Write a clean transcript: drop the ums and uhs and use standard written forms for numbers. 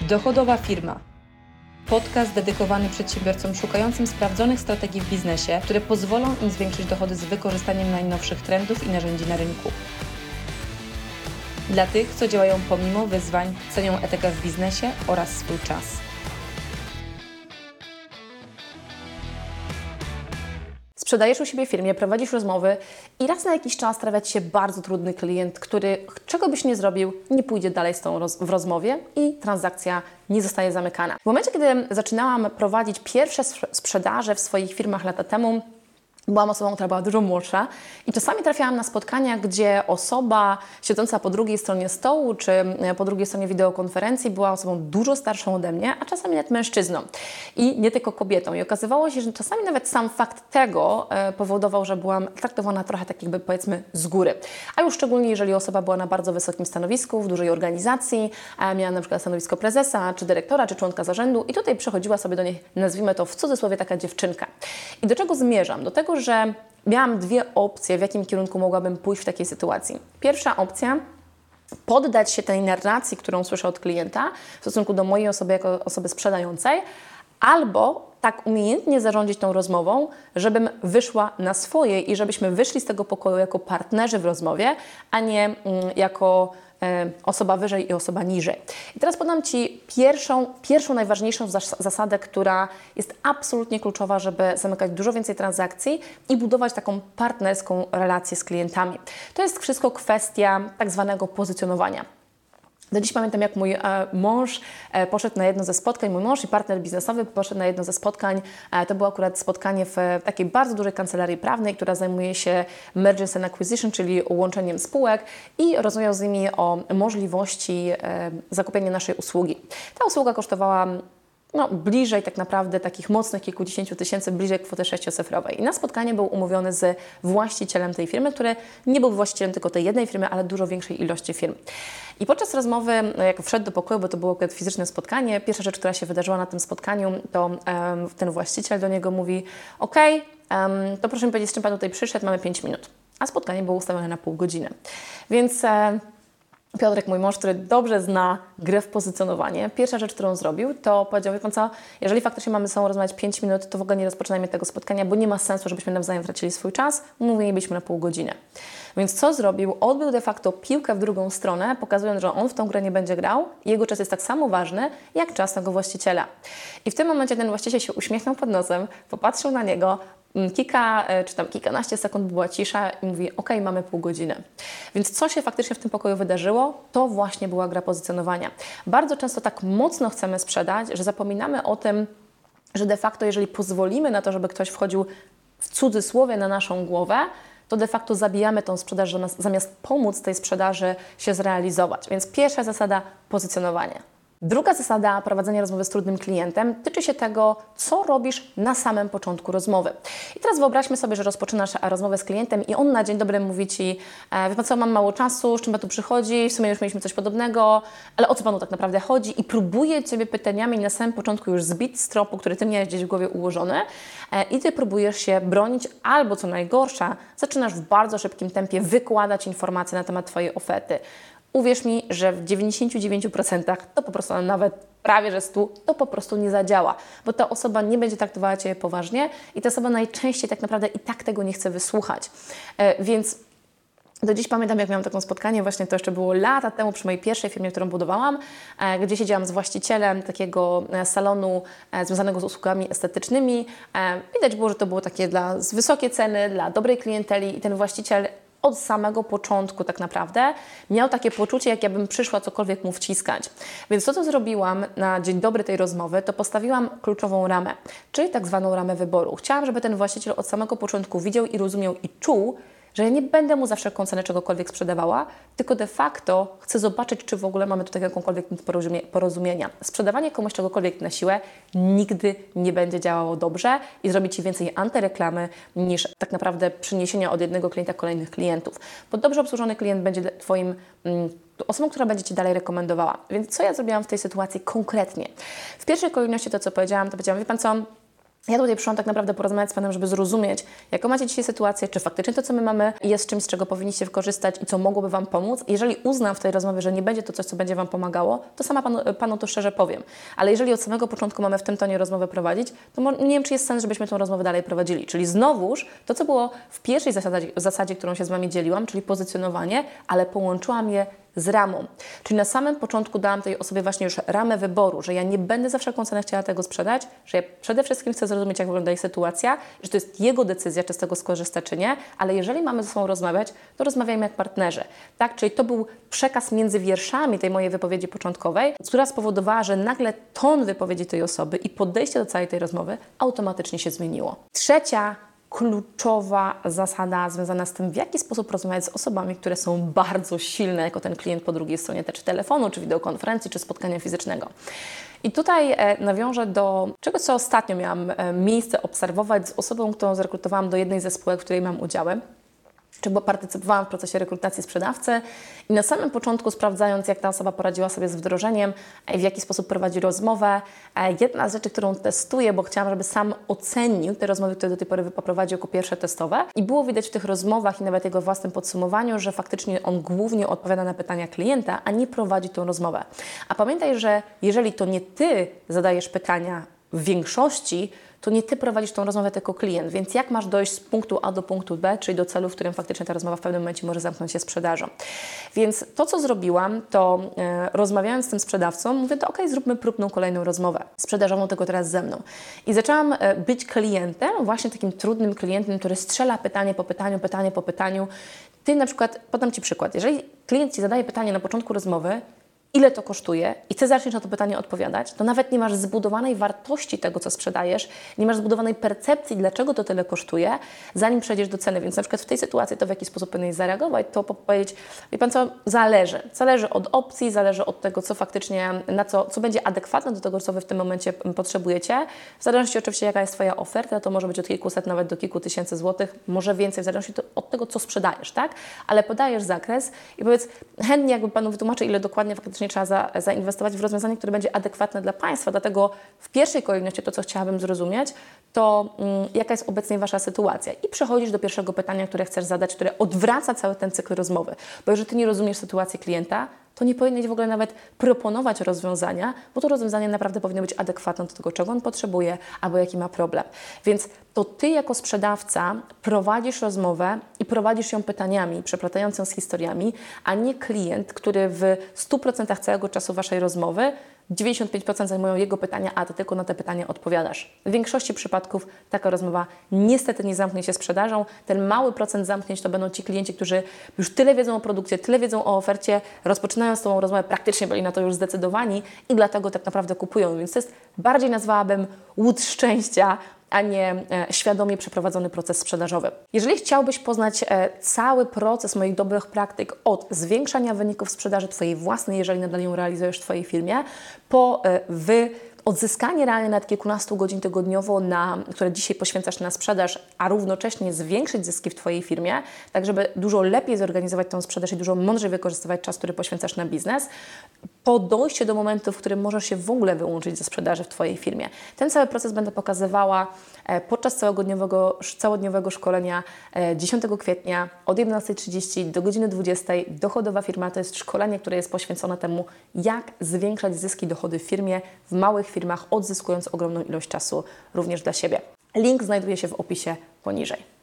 Dochodowa firma. Podcast dedykowany przedsiębiorcom szukającym sprawdzonych strategii w biznesie, które pozwolą im zwiększyć dochody z wykorzystaniem najnowszych trendów i narzędzi na rynku. Dla tych, co działają pomimo wyzwań, cenią etykę w biznesie oraz swój czas. Sprzedajesz u siebie w firmie, prowadzisz rozmowy i raz na jakiś czas trafia Ci się bardzo trudny klient, który czego byś nie zrobił, nie pójdzie dalej z tą w rozmowie i transakcja nie zostaje zamykana. W momencie, kiedy zaczynałam prowadzić pierwsze sprzedaże w swoich firmach lata temu, byłam osobą, która była dużo młodsza i czasami trafiałam na spotkania, gdzie osoba siedząca po drugiej stronie stołu czy po drugiej stronie wideokonferencji była osobą dużo starszą ode mnie, a czasami nawet mężczyzną i nie tylko kobietą. I okazywało się, że czasami nawet sam fakt tego powodował, że byłam traktowana trochę tak jakby powiedzmy z góry. A już szczególnie, jeżeli osoba była na bardzo wysokim stanowisku, w dużej organizacji, miała na przykład stanowisko prezesa, czy dyrektora, czy członka zarządu i tutaj przychodziła sobie do niej, nazwijmy to w cudzysłowie, taka dziewczynka. I do czego zmierzam? Do tego, że miałam dwie opcje, w jakim kierunku mogłabym pójść w takiej sytuacji. Pierwsza opcja, poddać się tej narracji, którą słyszę od klienta w stosunku do mojej osoby jako osoby sprzedającej, albo tak umiejętnie zarządzić tą rozmową, żebym wyszła na swoje i żebyśmy wyszli z tego pokoju jako partnerzy w rozmowie, a nie jako osoba wyżej i osoba niżej. I teraz podam Ci pierwszą najważniejszą zasadę, która jest absolutnie kluczowa, żeby zamykać dużo więcej transakcji i budować taką partnerską relację z klientami. To jest wszystko kwestia tak zwanego pozycjonowania. Do dziś pamiętam, jak mój mąż poszedł na jedno ze spotkań, mój mąż i partner biznesowy poszedł na jedno ze spotkań. To było akurat spotkanie w takiej bardzo dużej kancelarii prawnej, która zajmuje się mergers and acquisition, czyli łączeniem spółek i rozmawiał z nimi o możliwości zakupienia naszej usługi. Ta usługa kosztowała bliżej tak naprawdę takich mocnych kilkudziesięciu tysięcy, bliżej kwoty sześciocyfrowej. I na spotkanie był umówiony z właścicielem tej firmy, który nie był właścicielem tylko tej jednej firmy, ale dużo większej ilości firm. I podczas rozmowy, jak wszedł do pokoju, bo to było akurat fizyczne spotkanie, pierwsza rzecz, która się wydarzyła na tym spotkaniu, to ten właściciel do niego mówi: to proszę mi powiedzieć, z czym Pan tutaj przyszedł, mamy 5 minut. A spotkanie było ustawione na pół godziny. Więc Piotrek, mój mąż, który dobrze zna grę w pozycjonowanie, pierwsza rzecz, którą zrobił, to powiedział: wie Pan co, jeżeli faktycznie mamy ze sobą rozmawiać 5 minut, to w ogóle nie rozpoczynajmy tego spotkania, bo nie ma sensu, żebyśmy nawzajem tracili swój czas, mówilibyśmy na pół godziny. Więc co zrobił? Odbył de facto piłkę w drugą stronę, pokazując, że on w tą grę nie będzie grał i jego czas jest tak samo ważny, jak czas tego właściciela. I w tym momencie ten właściciel się uśmiechnął pod nosem, popatrzył na niego, kilkanaście sekund była cisza i mówi: mamy pół godziny. Więc co się faktycznie w tym pokoju wydarzyło? To właśnie była gra pozycjonowania. Bardzo często tak mocno chcemy sprzedać, że zapominamy o tym, że de facto jeżeli pozwolimy na to, żeby ktoś wchodził w cudzysłowie na naszą głowę, to de facto zabijamy tą sprzedaż, zamiast pomóc tej sprzedaży się zrealizować. Więc pierwsza zasada – pozycjonowanie. Druga zasada prowadzenia rozmowy z trudnym klientem tyczy się tego, co robisz na samym początku rozmowy. I teraz wyobraźmy sobie, że rozpoczynasz rozmowę z klientem i on na dzień dobry mówi Ci: wie Pan co, mam mało czasu, z czym Pan tu przychodzi, w sumie już mieliśmy coś podobnego, ale o co Panu tak naprawdę chodzi? I próbuje Ciebie pytaniami na samym początku już zbić z tropu, który Ty miałeś gdzieś w głowie ułożony i Ty próbujesz się bronić albo, co najgorsza, zaczynasz w bardzo szybkim tempie wykładać informacje na temat Twojej oferty. Uwierz mi, że w 99% to po prostu, nawet prawie że 100%, to po prostu nie zadziała, bo ta osoba nie będzie traktowała Ciebie poważnie i ta osoba najczęściej tak naprawdę i tak tego nie chce wysłuchać. Więc do dziś pamiętam, jak miałam takie spotkanie, właśnie to jeszcze było lata temu przy mojej pierwszej firmie, którą budowałam, gdzie siedziałam z właścicielem takiego salonu związanego z usługami estetycznymi. Widać było, że to było takie z wysokie ceny, dla dobrej klienteli i ten właściciel od samego początku tak naprawdę miał takie poczucie, jak ja bym przyszła cokolwiek mu wciskać. Więc to, co zrobiłam na dzień dobry tej rozmowy, to postawiłam kluczową ramę, czyli tak zwaną ramę wyboru. Chciałam, żeby ten właściciel od samego początku widział i rozumiał i czuł, że ja nie będę mu za wszelką cenę czegokolwiek sprzedawała, tylko de facto chcę zobaczyć, czy w ogóle mamy tutaj jakąkolwiek porozumienia. Sprzedawanie komuś czegokolwiek na siłę nigdy nie będzie działało dobrze i zrobi Ci więcej antyreklamy niż tak naprawdę przyniesienia od jednego klienta kolejnych klientów. Bo dobrze obsłużony klient będzie Twoim osobą, która będzie Ci dalej rekomendowała. Więc co ja zrobiłam w tej sytuacji konkretnie? W pierwszej kolejności to, co powiedziałam, to powiedziałam: wie Pan co, Ja tutaj przyszłam tak naprawdę porozmawiać z Panem, żeby zrozumieć, jaką macie dzisiaj sytuację, czy faktycznie to, co my mamy, jest czymś, z czego powinniście wykorzystać i co mogłoby Wam pomóc. Jeżeli uznam w tej rozmowie, że nie będzie to coś, co będzie Wam pomagało, to sama Panu to szczerze powiem. Ale jeżeli od samego początku mamy w tym tonie rozmowę prowadzić, to nie wiem, czy jest sens, żebyśmy tę rozmowę dalej prowadzili. Czyli znowuż to, co było w pierwszej zasadzie, którą się z Wami dzieliłam, czyli pozycjonowanie, ale połączyłam je z ramą. Czyli na samym początku dałam tej osobie właśnie już ramę wyboru, że ja nie będę za wszelką cenę chciała tego sprzedać, że ja przede wszystkim chcę zrozumieć, jak wygląda jej sytuacja, że to jest jego decyzja, czy z tego skorzysta, czy nie, ale jeżeli mamy ze sobą rozmawiać, to rozmawiajmy jak partnerzy. Tak? Czyli to był przekaz między wierszami tej mojej wypowiedzi początkowej, która spowodowała, że nagle ton wypowiedzi tej osoby i podejście do całej tej rozmowy automatycznie się zmieniło. Trzecia kluczowa zasada związana z tym, w jaki sposób rozmawiać z osobami, które są bardzo silne, jako ten klient po drugiej stronie, czy telefonu, czy wideokonferencji, czy spotkania fizycznego. I tutaj nawiążę do czegoś, co ostatnio miałam miejsce obserwować z osobą, którą zrekrutowałam do jednej ze spółek, w której mam udziały. Bo partycypowałam w procesie rekrutacji sprzedawcy i na samym początku, sprawdzając, jak ta osoba poradziła sobie z wdrożeniem, w jaki sposób prowadzi rozmowę, jedna z rzeczy, którą testuję, bo chciałam, żeby sam ocenił te rozmowy, które do tej pory poprowadził jako pierwsze testowe, i było widać w tych rozmowach i nawet jego własnym podsumowaniu, że faktycznie on głównie odpowiada na pytania klienta, a nie prowadzi tą rozmowę. A pamiętaj, że jeżeli to nie Ty zadajesz pytania w większości, to nie Ty prowadzisz tą rozmowę, tylko klient. Więc jak masz dojść z punktu A do punktu B, czyli do celu, w którym faktycznie ta rozmowa w pewnym momencie może zamknąć się sprzedażą. Więc to, co zrobiłam, to rozmawiając z tym sprzedawcą, mówię, to okej, zróbmy próbną kolejną rozmowę sprzedażową, tylko teraz ze mną. I zaczęłam być klientem, właśnie takim trudnym klientem, który strzela pytanie po pytaniu. Ty na przykład, podam Ci przykład, jeżeli klient Ci zadaje pytanie na początku rozmowy, ile to kosztuje i Ty zaczniesz na to pytanie odpowiadać, to nawet nie masz zbudowanej wartości tego, co sprzedajesz, nie masz zbudowanej percepcji, dlaczego to tyle kosztuje, zanim przejdziesz do ceny. Więc na przykład w tej sytuacji to, w jaki sposób powinieneś zareagować, to powiedzieć, wie Pan co, zależy. Zależy od opcji, zależy od tego, co faktycznie, co będzie adekwatne do tego, co Wy w tym momencie potrzebujecie. W zależności oczywiście, jaka jest Twoja oferta, to może być od kilkuset nawet do kilku tysięcy złotych, może więcej, w zależności od tego, co sprzedajesz, tak? Ale podajesz zakres i powiedz, chętnie jakby Panu wytłumaczę, ile dokładnie faktycznie trzeba zainwestować w rozwiązanie, które będzie adekwatne dla Państwa. Dlatego w pierwszej kolejności to, co chciałabym zrozumieć, to jaka jest obecnie Wasza sytuacja. I przechodzisz do pierwszego pytania, które chcesz zadać, które odwraca cały ten cykl rozmowy. Bo jeżeli Ty nie rozumiesz sytuacji klienta, to nie powinieneś w ogóle nawet proponować rozwiązania, bo to rozwiązanie naprawdę powinno być adekwatne do tego, czego on potrzebuje, albo jaki ma problem. Więc to Ty jako sprzedawca prowadzisz rozmowę i prowadzisz ją pytaniami, przeplatając ją z historiami, a nie klient, który w 100% całego czasu Waszej rozmowy 95% zajmują jego pytania, a Ty tylko na te pytania odpowiadasz. W większości przypadków taka rozmowa niestety nie zamknie się sprzedażą. Ten mały procent zamknięć to będą ci klienci, którzy już tyle wiedzą o produkcie, tyle wiedzą o ofercie, rozpoczynają z Tobą rozmowę, praktycznie byli na to już zdecydowani i dlatego tak naprawdę kupują. Więc to jest bardziej, nazwałabym, łód szczęścia, a nie świadomie przeprowadzony proces sprzedażowy. Jeżeli chciałbyś poznać cały proces moich dobrych praktyk od zwiększania wyników sprzedaży Twojej własnej, jeżeli nadal ją realizujesz w Twojej firmie, po odzyskanie realnie nawet kilkunastu godzin tygodniowo, które dzisiaj poświęcasz na sprzedaż, a równocześnie zwiększyć zyski w Twojej firmie, tak żeby dużo lepiej zorganizować tą sprzedaż i dużo mądrzej wykorzystywać czas, który poświęcasz na biznes, po dojście do momentu, w którym możesz się w ogóle wyłączyć ze sprzedaży w Twojej firmie. Ten cały proces będę pokazywała podczas całodniowego szkolenia 10 kwietnia od 11:30 do godziny 20:00. Dochodowa firma to jest szkolenie, które jest poświęcone temu, jak zwiększać zyski, dochody w firmie, w małych firmach, odzyskując ogromną ilość czasu również dla siebie. Link znajduje się w opisie poniżej.